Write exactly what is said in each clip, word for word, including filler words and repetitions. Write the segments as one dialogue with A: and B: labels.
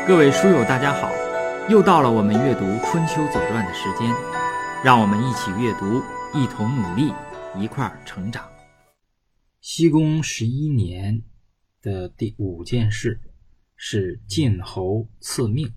A: 各位书友大家好，又到了我们阅读春秋左传的时间，让我们一起阅读，一同努力，一块儿成长。
B: 西公十一年的第五件事是晋侯赐命。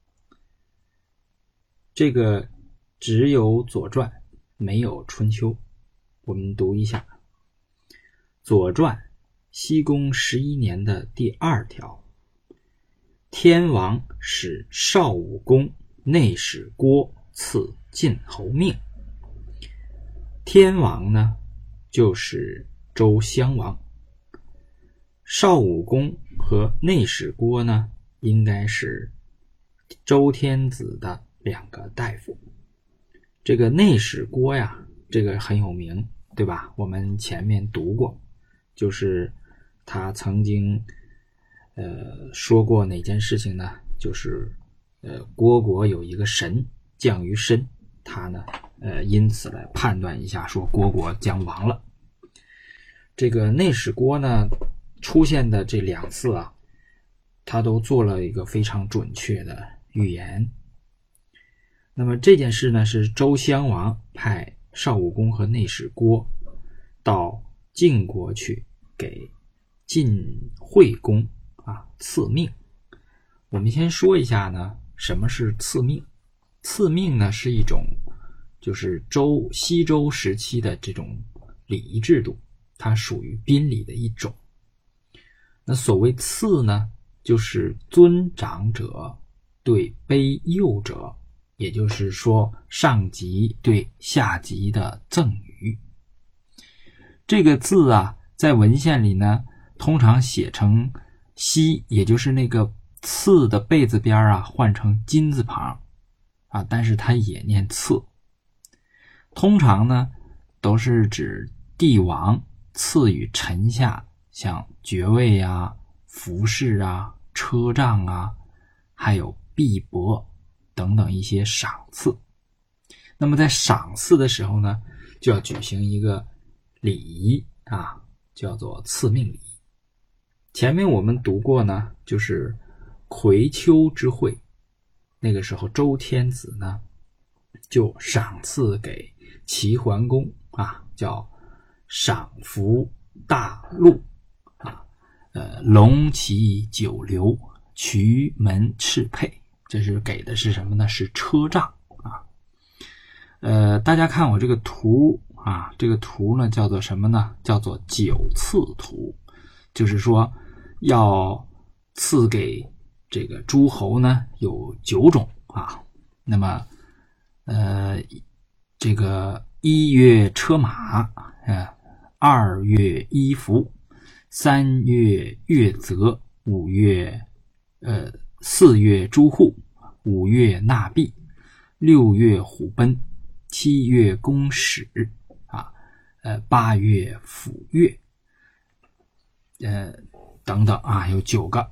B: 这个只有左传没有春秋，我们读一下左传西公十一年的第二条，天王使少武公内史郭赐晋侯命。天王呢就是周襄王，少武公和内史郭呢应该是周天子的两个大夫。这个内史郭呀，这个很有名，对吧？我们前面读过，就是他曾经呃说过哪件事情呢？就是呃郭国有一个神降于身，他呢呃因此来判断一下，说郭国将亡了。这个内史郭呢出现的这两次啊，他都做了一个非常准确的预言。那么这件事呢，是周襄王派少武公和内史郭到晋国去给晋惠公啊赐命。我们先说一下呢，什么是赐命？赐命呢是一种就是周西周时期的这种礼仪制度，它属于宾礼的一种。那所谓赐呢，就是尊长者对卑幼者，也就是说上级对下级的赠予。这个字啊，在文献里呢通常写成西，也就是那个赐的贝字边啊换成金字旁啊，但是它也念赐。通常呢都是指帝王赐予臣下像爵位啊、服饰啊、车仗啊，还有币帛等等一些赏赐。那么在赏赐的时候呢，就要举行一个礼仪啊，叫做赐命礼。前面我们读过呢，就是葵丘之会，那个时候周天子呢就赏赐给齐桓公啊，叫赏服大禄啊，呃，龙旗九流，渠门敕佩，这是给的是什么呢？是车仗啊。呃，大家看我这个图啊，这个图呢叫做什么呢？叫做九赐图，就是说要赐给这个诸侯呢有九种啊。那么呃这个一月车马，呃二月衣服，三月月泽，五月呃四月诸户，五月纳币，六月虎贲，七月公使啊，呃八月辅乐，呃等等啊，有九个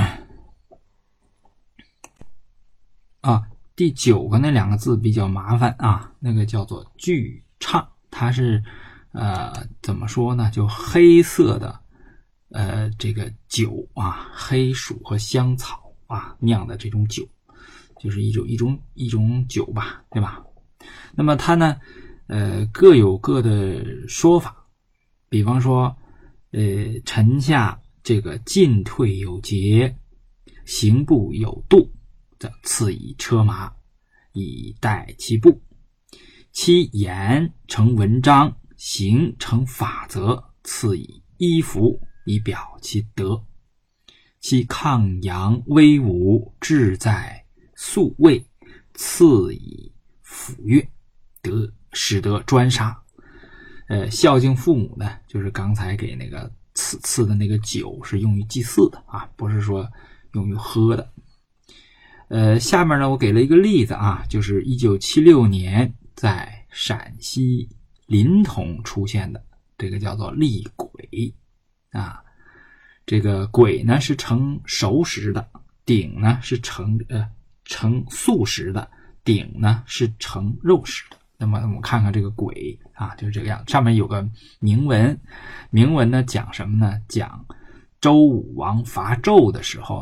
B: 啊。第九个那两个字比较麻烦啊，那个叫做巨唱，它是呃怎么说呢？就黑色的呃这个酒啊，黑薯和香草啊酿的这种酒，就是一种一种一种酒吧，对吧？那么它呢呃各有各的说法，比方说呃臣下这个进退有节，行步有度，则赐以车马以代其步，其言成文章，行成法则，赐以衣服以表其德，其抗扬威武，志在肃卫，赐以抚乐，得使得专杀。呃，孝敬父母呢，就是刚才给那个赐赐的那个酒是用于祭祀的啊，不是说用于喝的。呃，下面呢，我给了一个例子啊，就是一九七六年在陕西临潼出现的，这个叫做厉鬼啊。这个鬼呢是盛熟食的，鼎呢是盛呃盛素食的，鼎呢是盛肉食的。那么我们看看这个鬼啊，就是这个样，上面有个铭文，铭文呢讲什么呢？讲周武王伐纣的时候，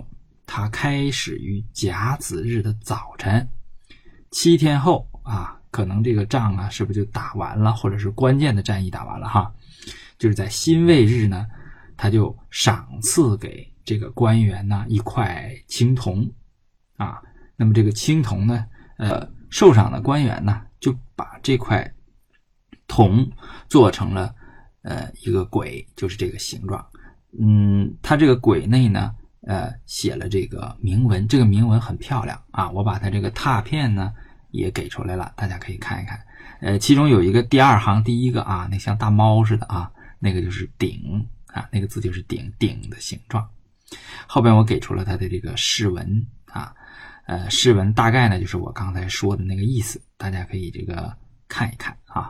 B: 它开始于甲子日的早晨，七天后啊，可能这个仗啊是不是就打完了，或者是关键的战役打完了哈，就是在辛未日呢，他就赏赐给这个官员呢一块青铜啊，那么这个青铜呢，呃，受赏的官员呢就把这块铜做成了呃一个簋，就是这个形状。嗯，它这个簋内呢，呃，写了这个铭文，这个铭文很漂亮啊，我把它这个拓片呢也给出来了，大家可以看一看。呃，其中有一个第二行第一个啊，那像大猫似的啊，那个就是鼎啊，那个字就是鼎，鼎的形状。后边我给出了它的这个释文啊，呃，释文大概呢就是我刚才说的那个意思，大家可以这个看一看啊。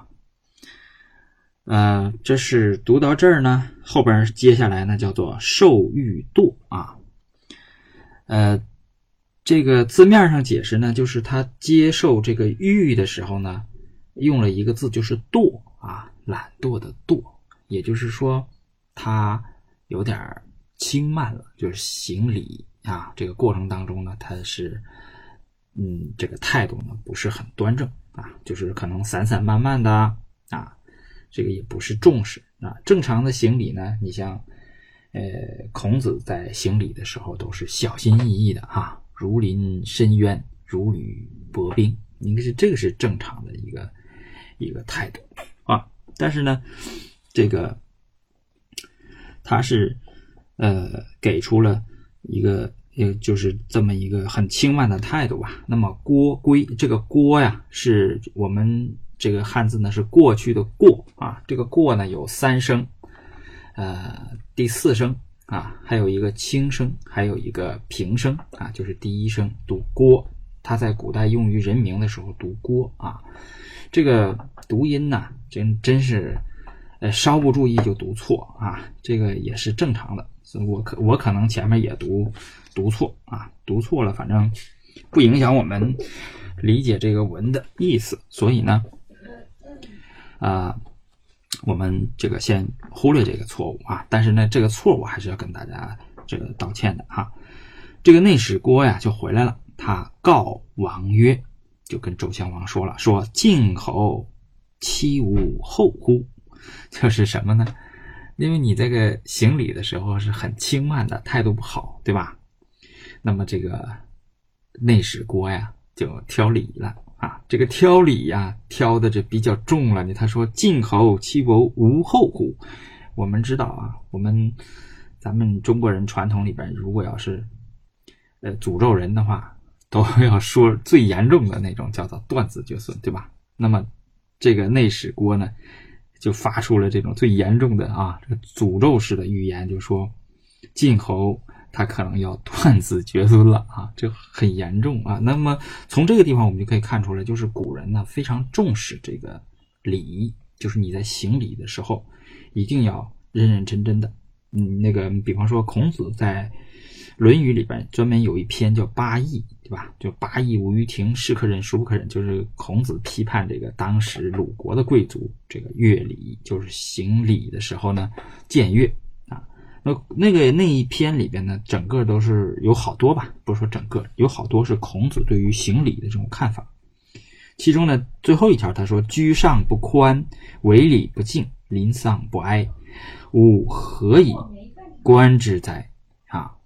B: 呃，这是读到这儿呢，后边接下来呢叫做受玉堕啊。呃，这个字面上解释呢，就是他接受这个玉的时候呢，用了一个字，就是惰啊，懒惰的惰，也就是说他有点轻慢了，就是行礼啊，这个过程当中呢，他是嗯，这个态度呢不是很端正啊，就是可能散散漫漫的啊。这个也不是重视啊，正常的行礼呢，你像呃孔子在行礼的时候都是小心翼翼的啊，如临深渊，如履薄冰，应该是这个是正常的一个一个态度啊。但是呢，这个他是呃给出了一个呃就是这么一个很轻慢的态度吧。那么郭归这个郭呀，是我们这个汉字呢是过去的过啊，这个过呢有三声，呃，第四声啊，还有一个轻声，还有一个平声啊，就是第一声读郭，它在古代用于人名的时候读郭啊，这个读音呢，真真是，呃，稍不注意就读错啊，这个也是正常的，所以我可我可能前面也读读错啊，读错了，反正不影响我们理解这个文的意思，所以呢。啊、呃，我们这个先忽略这个错误啊，但是呢，这个错误还是要跟大家这个道歉的哈。这个内史郭呀就回来了，他告王曰，就跟周襄王说了，说晋侯其无后乎？就是什么呢？因为你这个行礼的时候是很轻慢的，态度不好，对吧？那么这个内史郭呀就挑理了。啊，这个挑理呀，挑的这比较重了。他说晋侯其无无后乎？我们知道啊，我们咱们中国人传统里边，如果要是呃诅咒人的话，都要说最严重的那种，叫做断子绝孙，对吧？那么这个内史郭呢，就发出了这种最严重的啊，这个诅咒式的预言，就说晋侯他可能要断子绝孙了啊，这很严重啊。那么从这个地方我们就可以看出来，就是古人呢非常重视这个礼，就是你在行礼的时候一定要认认真真的。嗯，那个比方说孔子在《论语》里边专门有一篇叫八佾，对吧？就八佾舞于庭，是可忍孰不可忍，就是孔子批判这个当时鲁国的贵族这个乐礼，就是行礼的时候呢僭越。那那个那一篇里边呢，整个都是有好多吧，不是说整个，有好多是孔子对于行礼的这种看法。其中呢，最后一条他说：“居上不宽，为礼不敬，临丧不哀，吾何以观之哉？”啊，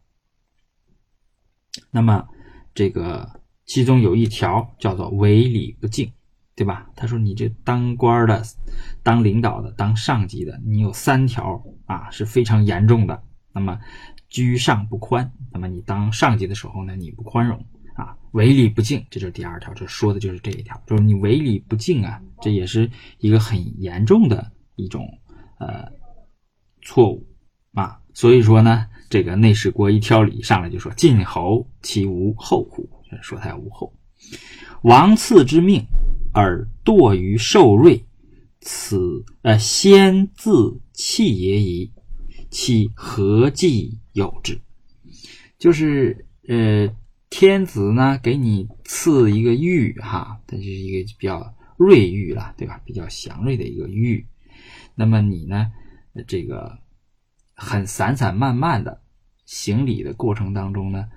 B: 那么这个其中有一条叫做“为礼不敬”，对吧？他说你这当官的、当领导的、当上级的，你有三条啊是非常严重的。那么居上不宽，那么你当上级的时候呢，你不宽容啊，为礼不敬，这就是第二条，这说的就是这一条，就是你为礼不敬啊，这也是一个很严重的一种呃错误啊。所以说呢，这个内史郭一挑理上来就说晋侯其无后乎，说他无后。王赐之命而惰于受锐，此呃先自弃也矣，其何计有之？就是呃天子呢给你赐一个玉哈，它就是一个比较锐玉啦，对吧？比较祥瑞的一个玉。那么你呢，这个很散散漫漫的行礼的过程当中呢，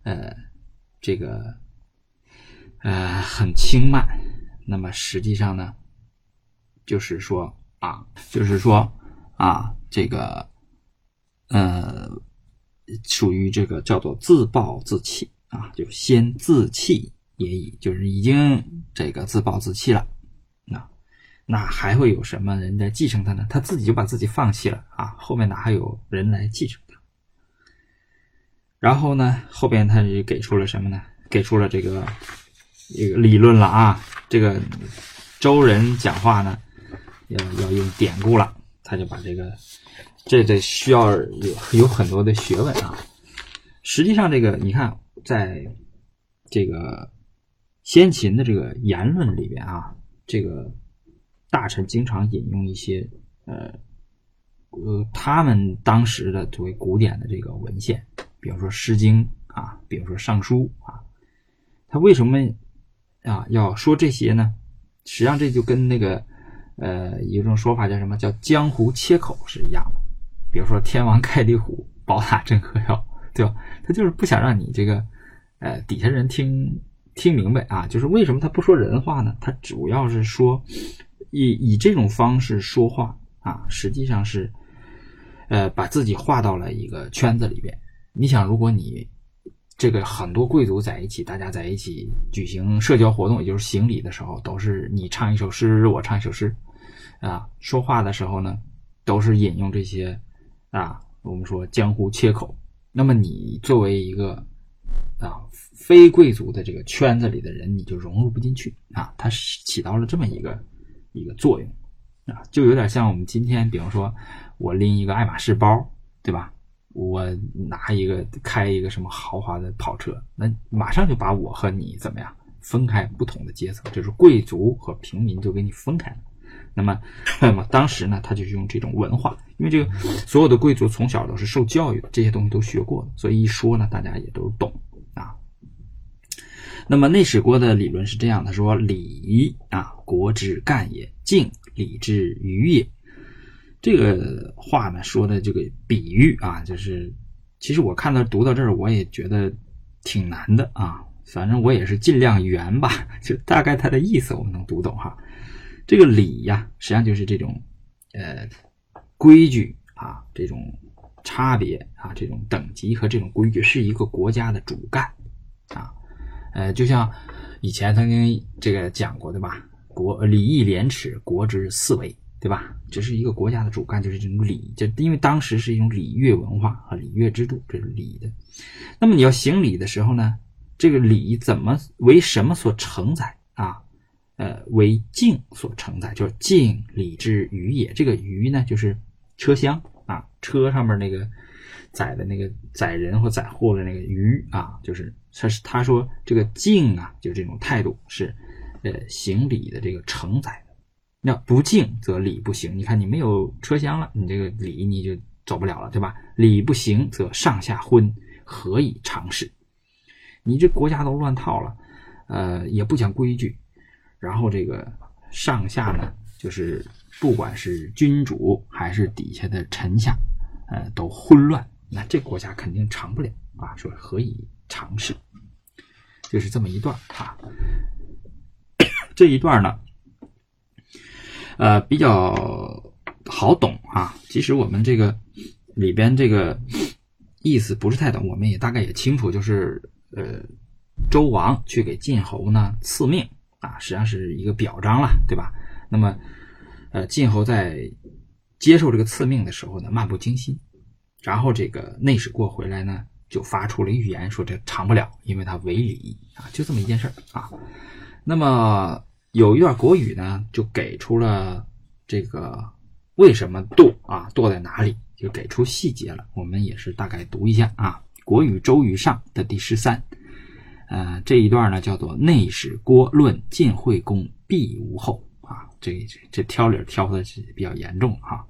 B: 呃这个呃很轻慢，那么实际上呢就是说啊就是说啊这个呃属于这个叫做自暴自弃啊，就先自弃也已，就是已经这个自暴自弃了。那那还会有什么人来继承他呢？他自己就把自己放弃了啊，后面哪还有人来继承他？然后呢，后边他就给出了什么呢？给出了这个一个理论了啊。这个周人讲话呢，要要用典故了，他就把这个这这需要有有很多的学问啊。实际上，这个你看，在这个先秦的这个言论里边啊，这个大臣经常引用一些呃呃他们当时的作为古典的这个文献，比如说《诗经》啊，比如说《尚书》啊。他为什么啊要说这些呢？实际上这就跟那个呃有一种说法叫什么，叫江湖切口是一样的。比如说天王盖地虎，宝塔镇河妖，对吧？他就是不想让你这个呃底下人听听明白啊，就是为什么他不说人话呢？他主要是说以以这种方式说话啊，实际上是呃把自己划到了一个圈子里边。你想，如果你这个很多贵族在一起，大家在一起举行社交活动，也就是行礼的时候，都是你唱一首诗，我唱一首诗啊，说话的时候呢都是引用这些啊，我们说江湖切口。那么你作为一个啊非贵族的这个圈子里的人，你就融入不进去啊，它起到了这么一个一个作用啊，就有点像我们今天，比如说我拎一个爱马仕包，对吧？我拿一个开一个什么豪华的跑车，那马上就把我和你怎么样分开不同的阶层，就是贵族和平民就给你分开了。那么那么当时呢，他就是用这种文化，因为这个所有的贵族从小都是受教育的，这些东西都学过的，所以一说呢大家也都懂啊。那么内史郭的理论是这样的，说礼啊国之干也，敬礼之余也。这个话呢说的这个比喻啊，就是其实我看到读到这儿我也觉得挺难的啊，反正我也是尽量圆吧，就大概它的意思我们能读懂哈。这个礼呀，实际上就是这种呃规矩啊，这种差别啊，这种等级和这种规矩是一个国家的主干啊。呃，就像以前曾经这个讲过对吧？国礼义廉耻，国之四维。对吧？这是一个国家的主干，就是这种礼，就因为当时是一种礼乐文化和礼乐制度，这是礼的。那么你要行礼的时候呢，这个礼怎么为什么所承载啊？呃，为敬所承载，就是敬礼之余也。这个余呢，就是车厢啊，车上面那个载的那个载人或载货的那个余啊，就是他是他说这个敬啊，就这种态度是呃行礼的这个承载。那不敬则礼不行，你看你没有车厢了，你这个礼你就走不了了，对吧？礼不行则上下昏，何以常事？你这国家都乱套了，呃，也不讲规矩，然后这个上下呢，就是不管是君主还是底下的臣下，呃，都混乱，那这国家肯定长不了啊！说何以常事？就是这么一段啊。这一段呢。呃，比较好懂啊。其实我们这个里边这个意思不是太懂，我们也大概也清楚，就是呃，周王去给晋侯呢赐命啊，实际上是一个表彰了，对吧？那么呃，晋侯在接受这个赐命的时候呢，漫不经心，然后这个内史郭回来呢，就发出了预言，说这长不了，因为他违礼啊，就这么一件事啊。那么有一段国语呢，就给出了这个为什么堕啊，堕在哪里，就给出细节了。我们也是大概读一下啊，国语周语上的第十三，呃，这一段呢叫做内史郭论晋惠公必无后啊，这这这挑理挑的是比较严重哈、啊。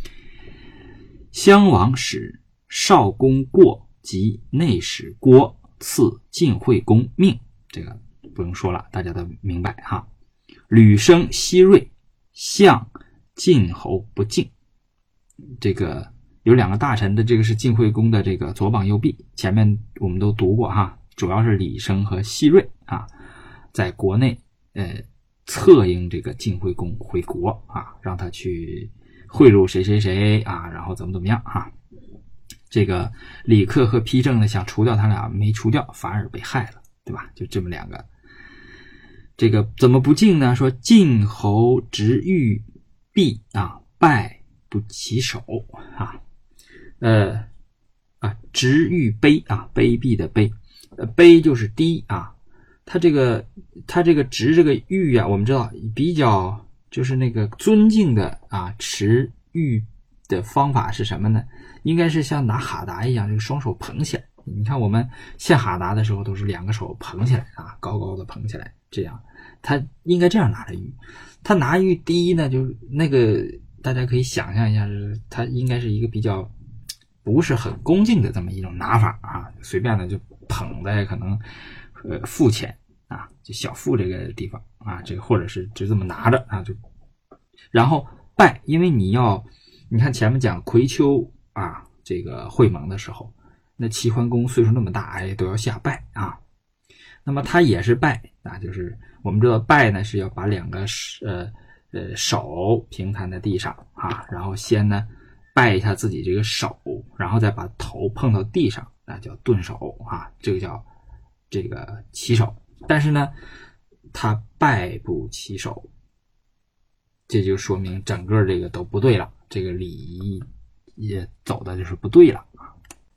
B: 襄王使少公过及内史郭赐晋惠公命，这个不用说了，大家都明白哈。吕生西锐，向晋侯不敬。这个有两个大臣的，这个是晋惠公的这个左膀右臂，前面我们都读过哈，主要是李生和西瑞啊，在国内呃策应这个晋惠公回国啊，让他去贿赂谁谁谁啊，然后怎么怎么样哈。这个李克和丕正呢想除掉他俩，没除掉，反而被害了，对吧？就这么两个。这个怎么不敬呢？说晋侯执玉璧啊，败不其手啊。呃啊，执玉卑啊，卑鄙的卑，呃，卑就是低啊。他这个他这个执这个玉啊，我们知道比较就是那个尊敬的啊，持玉的方法是什么呢？应该是像拿哈达一样，这个双手捧起来。你看我们献哈达的时候都是两个手捧起来啊，高高的捧起来，这样他应该这样拿着玉。他拿玉低呢，就那个大家可以想象一下，他应该是一个比较不是很恭敬的这么一种拿法啊，随便的就捧在可能呃腹前啊，就小腹这个地方啊，这个或者是就这么拿着啊，就然后拜，因为你要你看前面讲葵丘啊，这个会盟的时候，那齐桓公岁数那么大，哎，都要下拜啊。那么他也是拜啊，就是我们知道拜呢是要把两个呃呃手平摊在地上啊，然后先呢拜一下自己这个手，然后再把头碰到地上，那叫顿手啊，这个叫这个起手。但是呢，他拜不起手，这就说明整个这个都不对了，这个礼仪也走的就是不对了啊。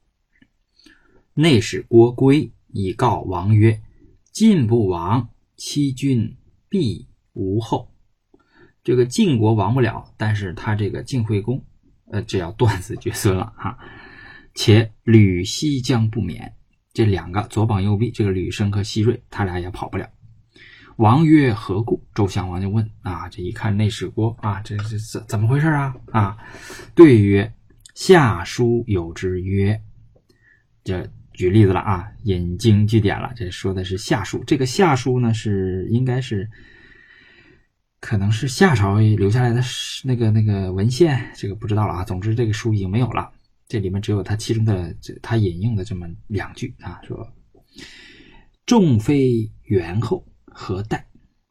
B: 内史郭圭以告王曰：晋不亡，欺君必无后。这个晋国亡不了，但是他这个晋惠公呃，这要断子绝孙了哈。且吕西将不免，这两个左膀右臂，这个吕生和西瑞，他俩也跑不了。王曰：何故？周襄王就问啊，这一看内史郭啊，这这怎怎么回事啊？啊，对曰：下书有之曰，这举例子了啊，引经据典了，这说的是夏书。这个夏书呢，是应该是可能是夏朝留下来的那个那个文献，这个不知道了啊。总之这个书已经没有了，这里面只有他其中的他引用的这么两句啊，说众非元后何待，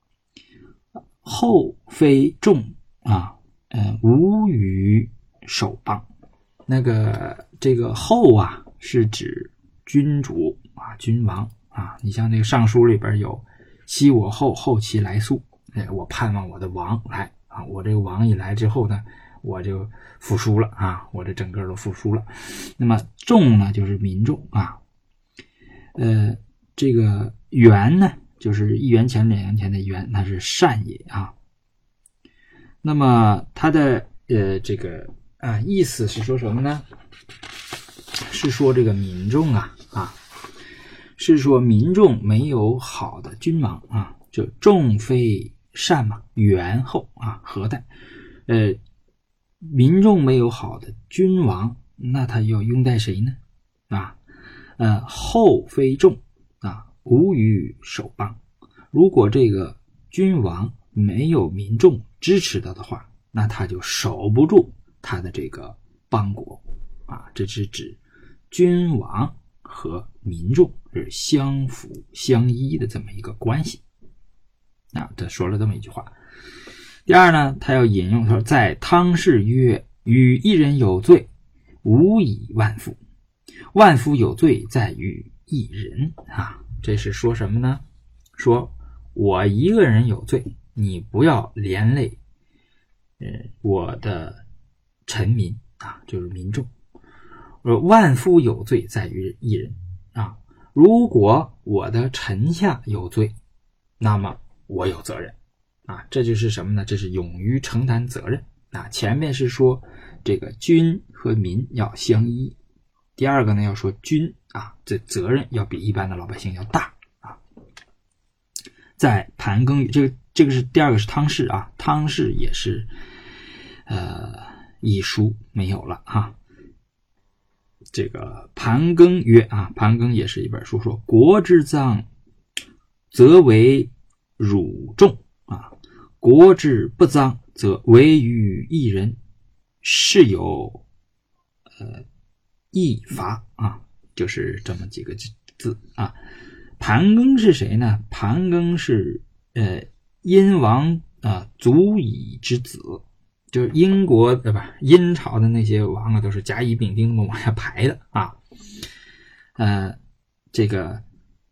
B: 后非众啊，呃，无与守邦。那个这个后啊，是指君主啊，君王啊。你像那个尚书里边有昔我后，后其来速，哎，我盼望我的王来啊，我这个王一来之后呢，我就复苏了啊，我这整个都复苏了。那么众呢，就是民众啊，呃，这个元呢，就是一元钱两元钱的元，那是善也啊。那么它的呃这个啊意思是说什么呢？是说这个民众啊啊，是说民众没有好的君王啊，就众非善嘛，元后啊何待？呃，民众没有好的君王，那他要拥戴谁呢？啊，呃，后非众啊，无与守邦。如果这个君王没有民众支持他的话，那他就守不住他的这个邦国啊。这是指君王和民众是相辅相依的这么一个关系啊。他说了这么一句话。第二呢，他要引用说，在汤氏曰：与一人有罪，无以万夫。万夫有罪在于一人啊。这是说什么呢？说我一个人有罪，你不要连累呃我的臣民啊，就是民众。万夫有罪在于一人啊。如果我的臣下有罪，那么我有责任啊。这就是什么呢？这是勇于承担责任啊。前面是说这个君和民要相依，第二个呢要说君啊，这责任要比一般的老百姓要大啊。在盘庚语，这个这个是第二个是汤氏啊，汤氏也是呃一书没有了哈。这个盘庚曰啊，盘庚也是一本书，说国之脏则为汝众啊，国之不脏则为于一人，是有呃义伐啊，就是这么几个字啊。盘庚是谁呢？盘庚是呃殷王啊祖乙之子，就是英国对吧？殷朝的那些王啊，都是甲乙丙丁往下排的啊。呃，这个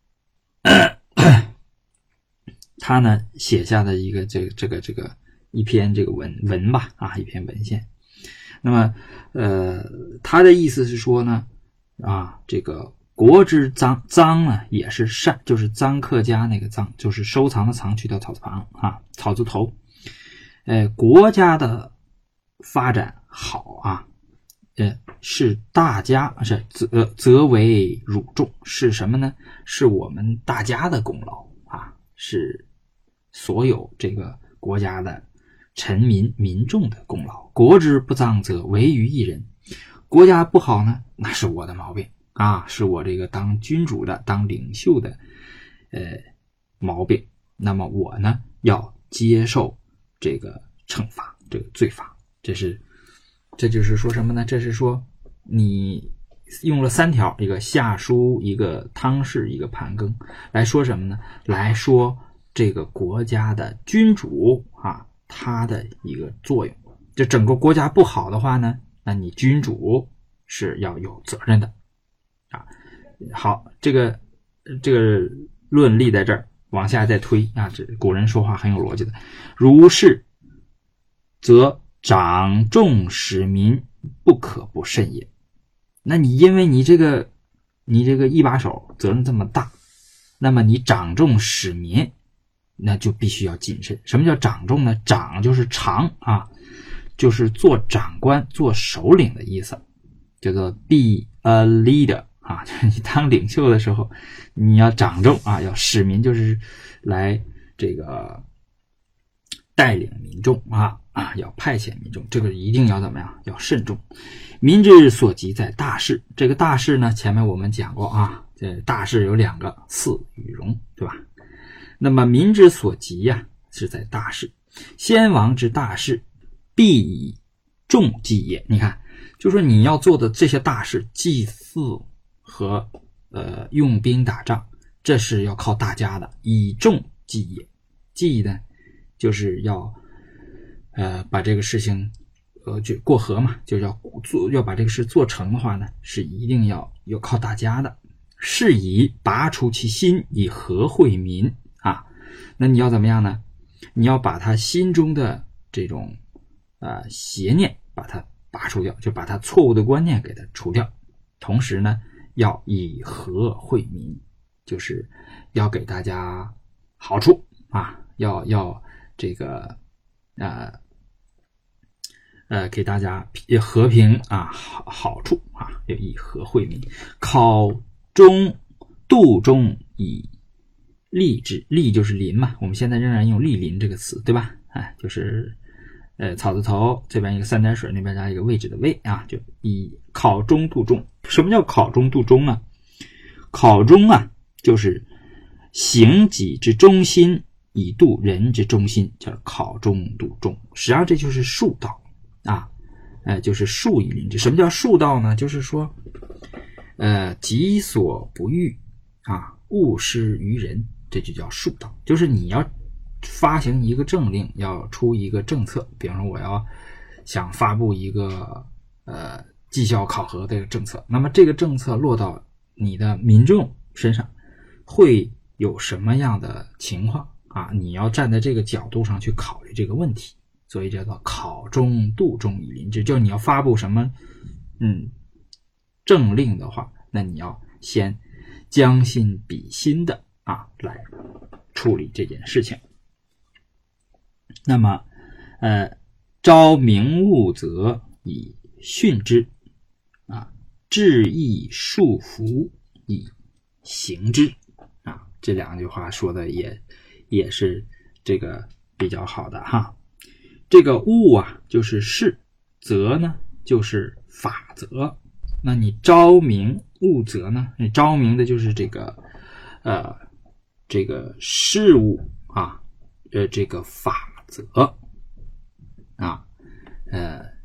B: 他呢写下的一个这个这个这个一篇这个文文吧啊，一篇文献。那么呃，他的意思是说呢啊，这个国之赃赃呢也是善，就是臧客家那个赃，就是收藏的藏去掉草字旁啊，草字头。呃，国家的发展好啊，呃，是大家是则则为汝众，是什么呢？是我们大家的功劳啊，是所有这个国家的臣民民众的功劳。国之不脏则为于一人，国家不好呢，那是我的毛病啊，是我这个当君主的当领袖的呃毛病。那么我呢要接受这个惩罚，这个罪罚。这是这就是说什么呢？这是说你用了三条，一个夏书，一个汤氏，一个盘庚，来说什么呢？来说这个国家的君主啊，他的一个作用。就整个国家不好的话呢，那你君主是要有责任的啊。好，这个这个论立在这儿，往下再推啊。这古人说话很有逻辑的。如是，则长众使民，不可不慎也。那你因为你这个你这个一把手责任这么大，那么你长众使民，那就必须要谨慎。什么叫长众呢？长就是长啊，就是做长官做首领的意思，叫做 be a leader 啊，就是你当领袖的时候你要长众啊，要使民，就是来这个带领民众啊啊，要派遣民众，这个一定要怎么样？要慎重。民之所及在大事，这个大事呢，前面我们讲过啊，这大事有两个，祀与戎，对吧？那么民之所及呀、啊，是在大事。先王之大事，必以众祭也。你看，就说你要做的这些大事，祭祀和呃用兵打仗，这是要靠大家的，以众祭也。祭呢，就是要呃把这个事情呃就过河嘛，就要做要把这个事做成的话呢，是一定要要靠大家的。是以拔除其心，以和惠民啊。那你要怎么样呢？你要把他心中的这种呃邪念把它拔除掉，就把他错误的观念给他除掉。同时呢，要以和惠民，就是要给大家好处啊，要要这个呃呃给大家和平啊好好处啊，要以和惠民。考中度中以利之，利就是邻嘛，我们现在仍然用利邻这个词，对吧？哎，就是呃草字头这边一个三点水，那边加一个位置的位啊，就以考中度中。什么叫考中度中呢？考中啊，就是行己之中心，以度人之中心，叫考中度中。实际上这就是术道啊，呃，就是术以邻之。什么叫术道呢？就是说呃，己所不欲啊，勿施于人，这就叫术道。就是你要发行一个政令，要出一个政策，比方说我要想发布一个呃绩效考核的政策，那么这个政策落到你的民众身上会有什么样的情况啊？你要站在这个角度上去考虑这个问题，所以叫做考中度中以邻之。就是你要发布什么嗯政令的话，那你要先将心比心的啊来处理这件事情。那么呃招明物则以训之啊，治意束缚以行之啊，这两句话说的也也是这个比较好的哈。这个物啊就是事，则呢就是法则。那你昭明物则呢？你昭明的就是这个呃这个事物啊，呃这个法则啊，呃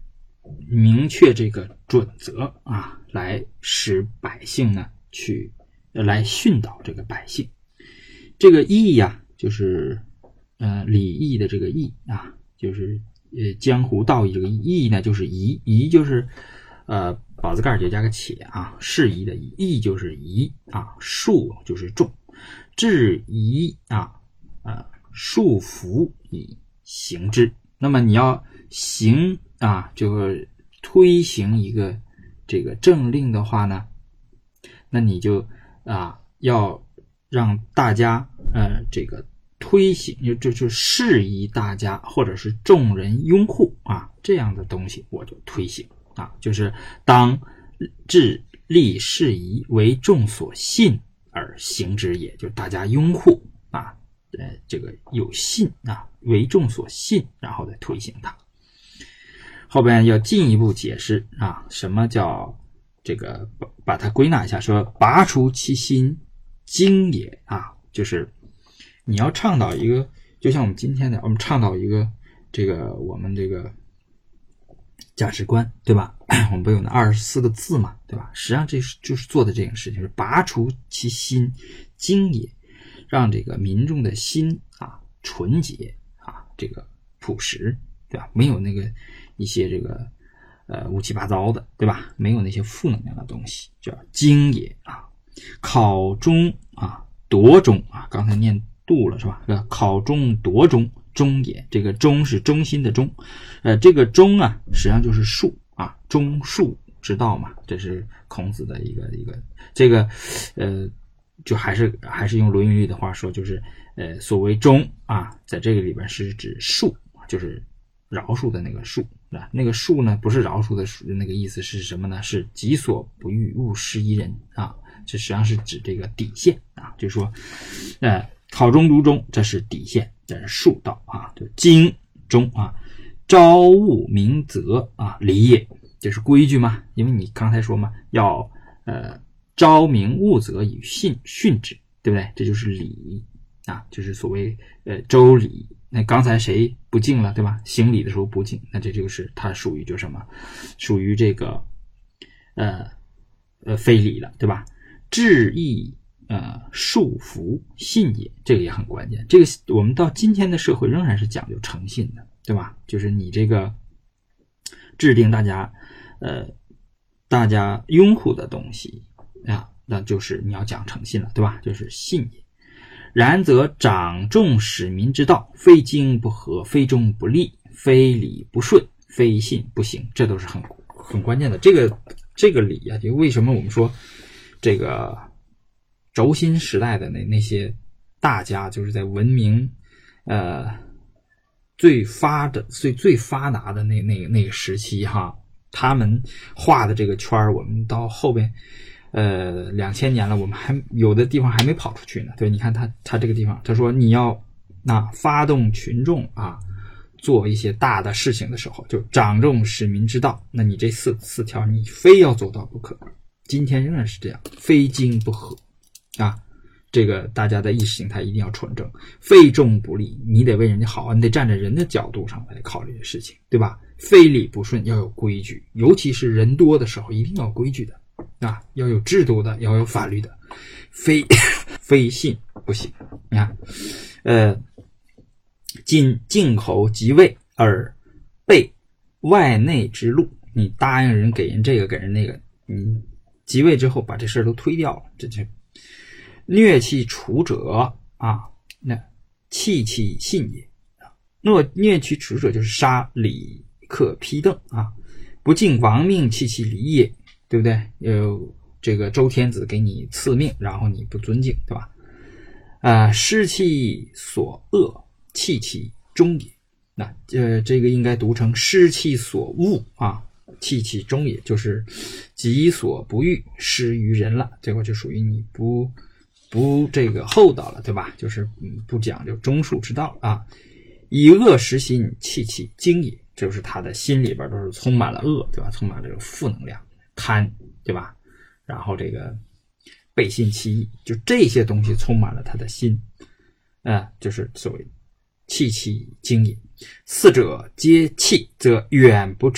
B: 明确这个准则啊，来使百姓呢去来训导这个百姓。这个义呀、啊，就是呃礼义的这个义啊，就是呃江湖道义这个义呢，就是仪，仪就是呃宝字盖就加个且啊，适宜的宜，义就是仪啊，束就是重，制仪啊，呃束缚以行之。那么你要行啊，这个推行一个这个政令的话呢，那你就啊要让大家呃这个推行，就就就适宜大家或者是众人拥护啊这样的东西，我就推行啊，就是当治立适宜为众所信而行之也，就是大家拥护啊，呃这个有信啊，为众所信，然后再推行它。后边要进一步解释啊，什么叫这个把它归纳一下，说拔除其心经也啊，就是你要倡导一个，就像我们今天的，我们倡导一个这个我们这个价值观，对吧？我们不有那二十四个字嘛，对吧？实际上这是就是做的这件事情，是拔除其心经也，让这个民众的心啊纯洁啊，这个朴实，对吧？没有那个一些这个呃乌七八糟的，对吧？没有那些负能量的东西，叫经也啊。考中啊，夺中啊，刚才念度了是吧？考中夺中，中也，这个中是中心的中，呃，这个中啊，实际上就是术啊，中术之道嘛，这是孔子的一个一个这个呃，就还是还是用《论语》里的话说，就是呃，所谓中啊，在这个里边是指术，就是饶恕的那个恕。那个恕呢，不是饶恕的那个意思是什么呢？是己所不欲，勿施于人啊。这实际上是指这个底线啊，就是说，呃，考中读中，这是底线，这是术道啊。就经中啊，朝务明则啊，礼也，这是规矩嘛。因为你刚才说嘛，要呃朝明务则以训训之，对不对？这就是礼啊，就是所谓呃周礼。那刚才谁不敬了，对吧？行礼的时候不敬，那这就是它属于就什么，属于这个呃呃非礼了，对吧？致意呃束缚信也，这个也很关键。这个我们到今天的社会仍然是讲究诚信的，对吧？就是你这个制定大家呃大家拥护的东西啊，那就是你要讲诚信了，对吧？就是信也。然则长众使民之道，非经不合，非忠不立，非礼不顺，非信不行，这都是很很关键的。这个这个理啊，就为什么我们说这个轴心时代的那那些大家，就是在文明呃最发的最最发达的那那那个时期哈，他们画的这个圈，我们到后边。呃，两千年了，我们还有的地方还没跑出去呢。对，你看他他这个地方，他说你要那发动群众啊，做一些大的事情的时候，就长众使民之道。那你这四四条，你非要做到不可。今天仍然是这样，非经不合啊，这个大家的意识形态一定要纯正，非忠不立，你得为人家好，你得站在人的角度上来考虑的事情，对吧？非礼不顺，要有规矩，尤其是人多的时候，一定要有规矩的。啊，要有制度的，要有法律的，非非信不行。你看，呃，进进口即位而备外内之路，你答应人给人这个给人那个，你即位之后把这事都推掉了，这就虐其处者啊，那弃其信也。若虐其处者就是杀李克丕邓啊，不敬王命，弃其礼也。对不对？呃，这个周天子给你赐命，然后你不尊敬，对吧？啊、呃，失其所恶，弃其忠也。那呃，这个应该读成失其所恶啊，弃其忠也，就是己所不欲，施于人了。这个就属于你不不这个厚道了，对吧？就是不讲究忠恕之道啊。以恶实心，弃其精也，就是他的心里边都是充满了恶，对吧？充满了这个负能量。贪，对吧？然后这个背信弃义，就这些东西充满了他的心，啊、呃，就是所谓弃其精也。四者皆弃，则远不至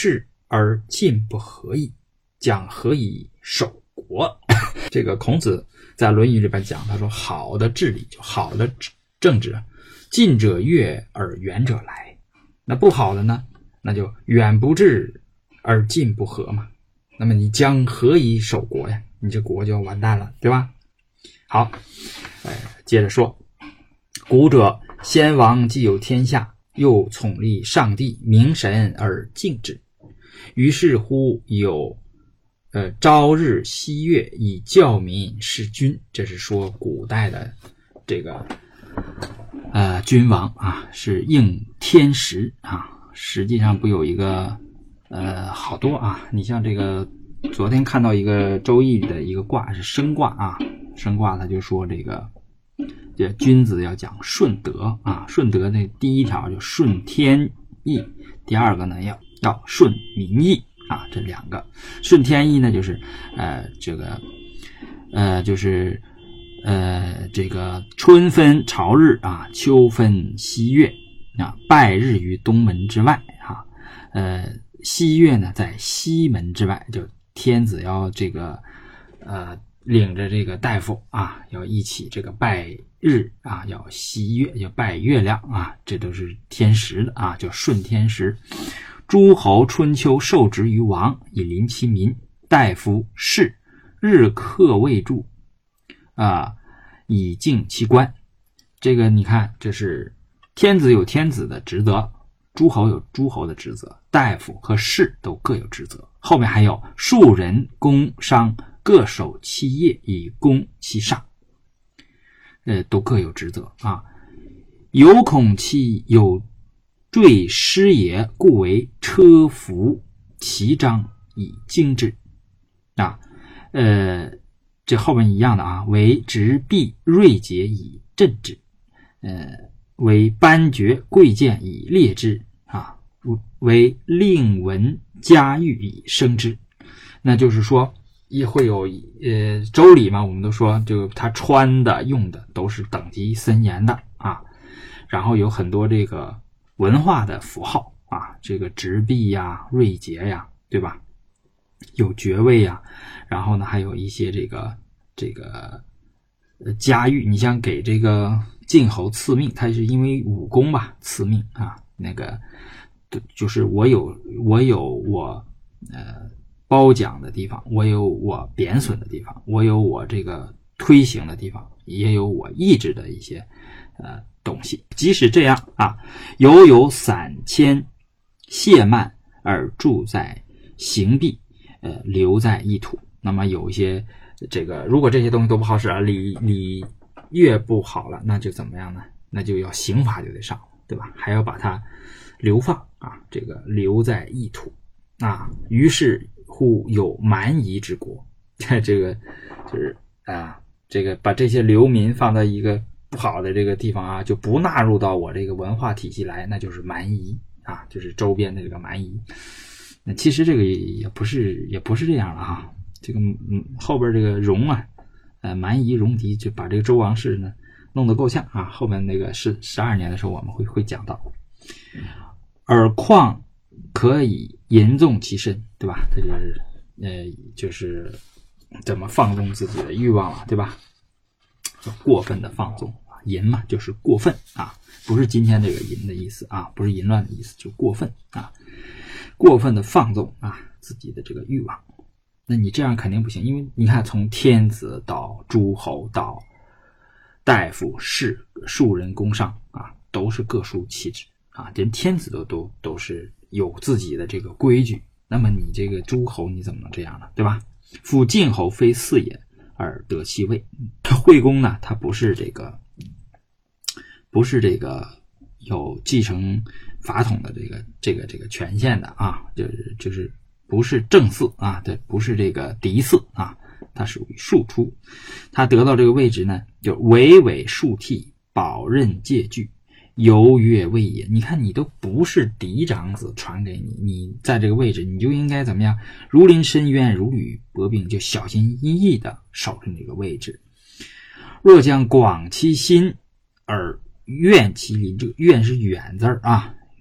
B: 而进不合矣，将何以守国？这个孔子在《论语》里边讲，他说好的治理，就好的政治，近者悦而远者来。那不好的呢，那就远不治而近不和嘛。那么你将何以守国呀？你这国就要完蛋了，对吧？好，呃，接着说，古者先王既有天下，又宠立上帝，明神而敬之，于是乎有呃朝日夕月以教民事君。这是说古代的这个呃君王啊，是应天时啊。实际上不有一个呃好多啊，你像这个昨天看到一个周易的一个卦是升卦啊，升卦他就说这个这君子要讲顺德啊，顺德的第一条就顺天意，第二个呢要要顺民意啊，这两个顺天意呢就是呃这个呃就是呃这个春分朝日啊，秋分夕月啊，拜日于东门之外啊，呃夕月呢在西门之外，就天子要这个呃领着这个大夫啊，要一起这个拜日啊，要夕月，要拜月亮啊，这都是天时的啊，叫顺天时。诸侯春秋受职于王，以临其民；大夫士，日课未著啊，以敬其官。这个你看，这是天子有天子的职责，诸侯有诸侯的职责，大夫和士都各有职责。后面还有庶人、工商各守其业，以供其上，呃，都各有职责啊。有恐其有坠失也，故为车服其章以经之啊。呃，这后面一样的啊，为执币锐节以镇之，呃，为颁爵贵贱以列之啊，为令文嘉誉以升之。那就是说也会有呃周礼嘛，我们都说就他穿的用的都是等级森严的啊，然后有很多这个文化的符号啊，这个执币呀、锐节呀，对吧？有爵位呀，然后呢还有一些这个这个呃嘉誉，你像给这个晋侯赐命，他是因为武功吧赐命啊，那个就是我有我有我呃褒奖的地方，我有我贬损的地方，我有我这个推行的地方，也有我抑制的一些呃东西。即使这样啊，犹有散迁懈慢而住在行弊，呃留在一土。那么有一些这个，如果这些东西都不好使啊，礼礼乐不好了，那就怎么样呢？那就要刑罚就得上，对吧？还要把它流放啊，这个留在一土啊。于是乎有蛮夷之国，这个就是啊，这个把这些流民放在一个不好的这个地方啊，就不纳入到我这个文化体系来，那就是蛮夷啊，就是周边的这个蛮夷。那其实这个也不是也不是这样了啊，这个嗯后边这个戎啊，呃蛮夷戎狄就把这个周王室呢弄得够呛啊，后面那个是十二年的时候我们会会讲到。而况可以淫纵其身，对吧？这就是呃就是怎么放纵自己的欲望了，对吧？就过分的放纵，淫嘛就是过分啊，不是今天这个淫的意思啊，不是淫乱的意思，就过分啊，过分的放纵啊自己的这个欲望。那你这样肯定不行，因为你看从天子到诸侯到大夫士庶人工商啊，都是各抒其职啊，连天子都都都是有自己的这个规矩，那么你这个诸侯你怎么能这样呢？对吧？夫晋侯非嗣也而得其位，惠公呢，他不是这个不是这个有继承法统的这个这个这个权限的啊，就是就是不是正嗣啊，对，不是这个嫡嗣啊，他属于庶出。他得到这个位置呢，就委委庶替，保任戒具，犹曰位也。你看你都不是嫡长子传给你，你在这个位置你就应该怎么样？如临深渊，如履薄冰，就小心翼翼的守着那个位置。若将广其心而远其邻，这个远是远字啊，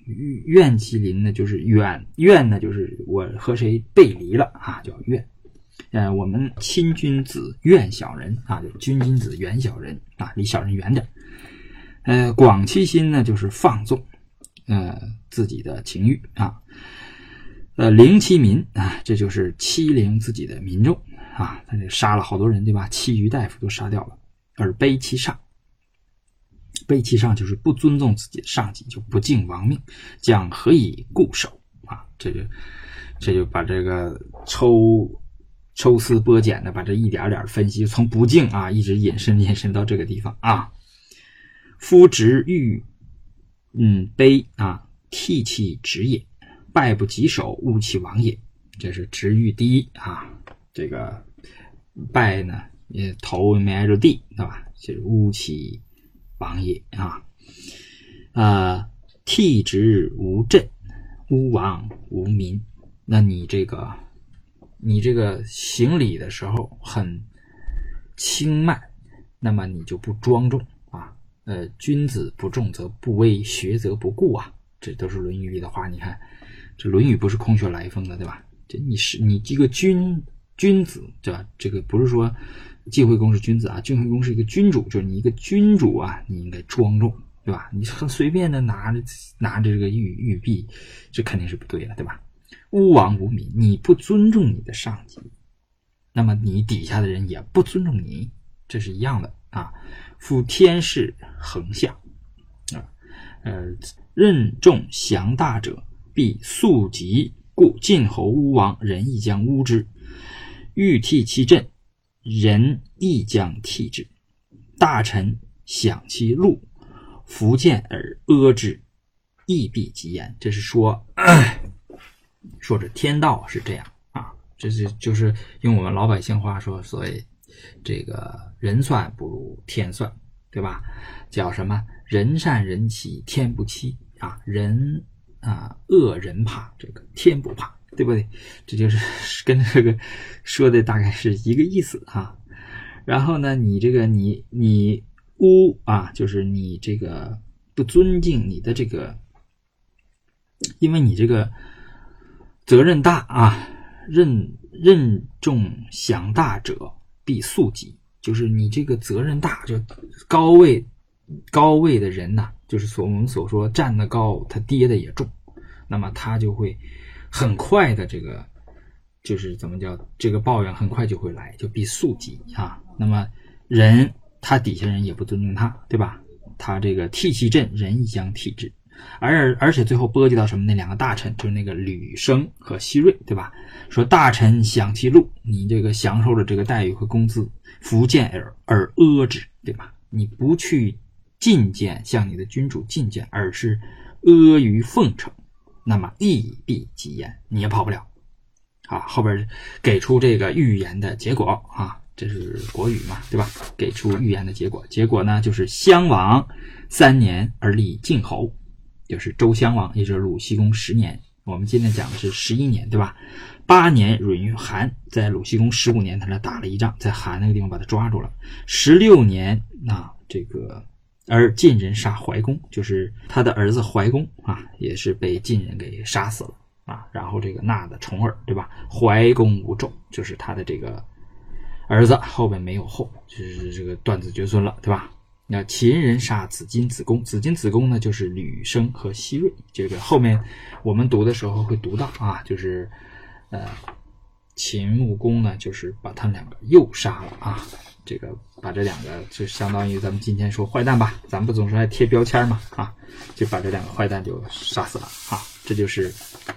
B: 怨其邻呢就是怨，怨呢就是我和谁背离了啊，叫怨。呃，我们亲君子，远小人啊，就是君君子，远小人啊，离小人远点。呃，广其心呢，就是放纵呃自己的情欲啊。呃，凌其民啊，这就是欺凌自己的民众啊，他这杀了好多人，对吧？其余大夫都杀掉了。而卑其上，卑其上就是不尊重自己的上级，就不敬王命，将何以固守啊？这就这就把这个抽抽丝剥茧的把这一点点分析，从不敬啊一直引申引申到这个地方啊。夫直欲嗯卑啊，替其直也，败不及手，误其亡也。这是直欲第一啊，这个败呢也头没挨着地，对吧？就是误其亡也啊。呃，替直无阵，巫王无民。那你这个你这个行礼的时候很轻慢，那么你就不庄重啊。呃，君子不重则不威，学则不固啊，这都是《论语》里的话。你看，这《论语》不是空穴来风的，对吧？这你是你这个君君子，对吧？这个不是说晋惠公是君子啊，晋惠公是一个君主，就是你一个君主啊，你应该庄重，对吧？你很随便的拿着拿着这个玉玉璧，这肯定是不对的，对吧？巫王无民，你不尊重你的上级，那么你底下的人也不尊重你，这是一样的啊。夫天士恒下啊，呃，任重降大者，必速疾，故晋侯巫王，人亦将巫之；欲替其阵，人亦将替之。大臣享其禄，弗见而阿之，亦必及焉。这是说，说这天道是这样啊，这是就是用我们老百姓话说，所谓这个人算不如天算，对吧？叫什么人善人欺天不欺啊，人啊恶人怕，这个天不怕，对不对？这就是跟这个说的大概是一个意思啊。然后呢，你这个你你污啊，就是你这个不尊敬你的这个，因为你这个责任大啊，任任重享大者必速疾，就是你这个责任大，就高位高位的人呐、啊，就是所我们所说站得高，他跌的也重，那么他就会很快的这个就是怎么叫这个抱怨很快就会来，就必速疾啊。那么人他底下人也不尊重他，对吧？他这个替其阵，人亦将替之。而而且最后波及到什么？那两个大臣就是那个吕生和希瑞，对吧？说大臣享其禄，你这个享受了这个待遇和工资，弗见而而阿之，对吧？你不去进谏，向你的君主进谏，而是阿谀奉承，那么亦必及焉，你也跑不了啊。后边给出这个预言的结果啊，这是国语嘛，对吧？给出预言的结果，结果呢就是襄王三年而立晋侯，就是周襄王，也就是鲁僖公十年。我们今天讲的是十一年，对吧？八年允于韩，在鲁僖公十五年，他那打了一仗，在韩那个地方把他抓住了。十六年啊，这个而晋人杀怀公，就是他的儿子怀公啊，也是被晋人给杀死了啊。然后这个纳的重耳，对吧？怀公无胄，就是他的这个儿子后边没有后，就是这个断子绝孙了，对吧？那秦人杀子金、子贡，子金、子贡呢，就是吕生和希瑞。这个后面我们读的时候会读到啊，就是呃，秦穆公呢，就是把他们两个又杀了啊。这个把这两个就相当于咱们今天说坏蛋吧，咱们不总是爱贴标签嘛啊，就把这两个坏蛋就杀死了啊。这就是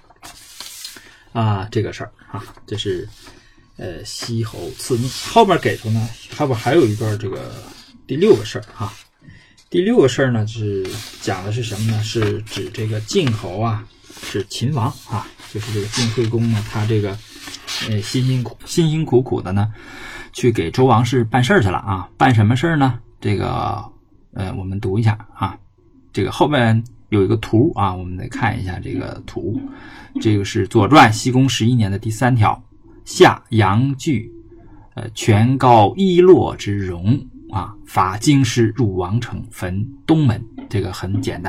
B: 啊这个事儿啊，这是呃西侯赐命。后边给出呢，后边还有一段这个。第六个事儿啊，第六个事儿呢是讲的是什么呢？是指这个晋侯啊，是秦王啊，就是这个晋惠公呢，他这个呃辛辛苦辛辛苦苦的呢，去给周王室办事儿去了啊。办什么事儿呢？这个呃，我们读一下啊，这个后面有一个图啊，我们得看一下这个图。这个是《左传》僖公十一年的第三条，夏阳具呃权高一落之戎。啊，伐京师入王城，焚东门，这个很简单。这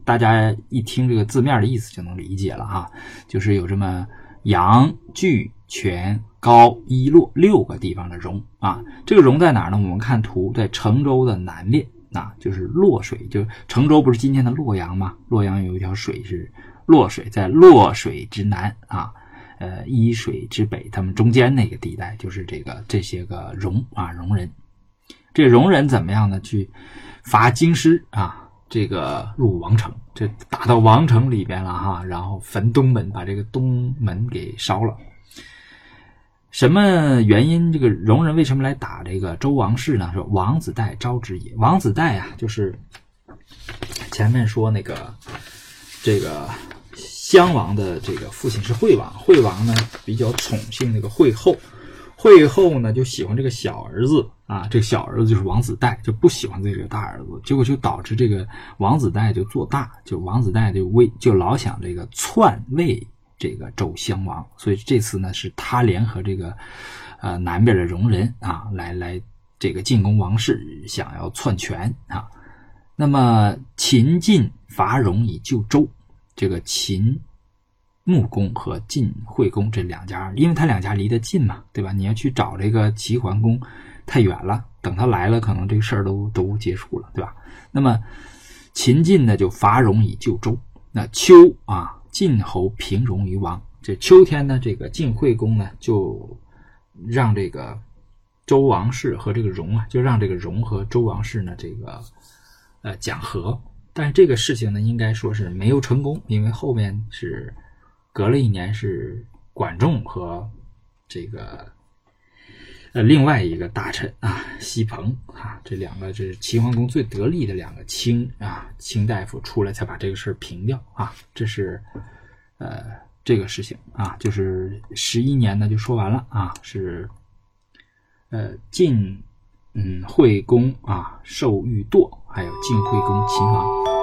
B: 大家一听这个字面的意思就能理解了哈，就是有这么阳、巨、泉、高、一、洛六个地方的容啊。这个容在哪儿呢？我们看图，在成州的南面啊，就是洛水，就成州不是今天的洛阳吗？洛阳有一条水是洛水，在洛水之南啊，呃，伊水之北，他们中间那个地带就是这个这些个戎啊戎人。这戎人怎么样呢？去伐京师啊，这个入王城，这打到王城里边了哈，然后焚东门，把这个东门给烧了。什么原因？这个戎人为什么来打这个周王室呢？说王子带招之也。王子带啊，就是前面说那个这个襄王的这个父亲是惠王，惠王呢比较宠幸那个惠后，惠后呢就喜欢这个小儿子啊，这个小儿子就是王子带，就不喜欢这个大儿子，结果就导致这个王子带就做大，就王子带就为就老想这个篡位这个周襄王，所以这次呢是他联合这个呃南边的戎人啊，来来这个进攻王室，想要篡权啊。那么秦晋伐戎以救周，这个秦穆公和晋惠公这两家，因为他两家离得近嘛，对吧？你要去找这个齐桓公太远了，等他来了，可能这个事儿都都结束了，对吧？那么秦晋呢就伐戎以救周。那秋啊，晋侯平戎于王。这秋天呢，这个晋惠公呢就让这个周王室和这个戎啊，就让这个戎和周王室呢这个呃讲和。但是这个事情呢，应该说是没有成功，因为后面是隔了一年，是管仲和这个呃另外一个大臣啊西彭啊，这两个这是齐桓公最得力的两个卿啊卿大夫出来，才把这个事平掉啊。这是呃这个事情啊，就是十一年呢就说完了啊，是呃晋嗯惠公啊受欲堕，还有晋惠公秦王。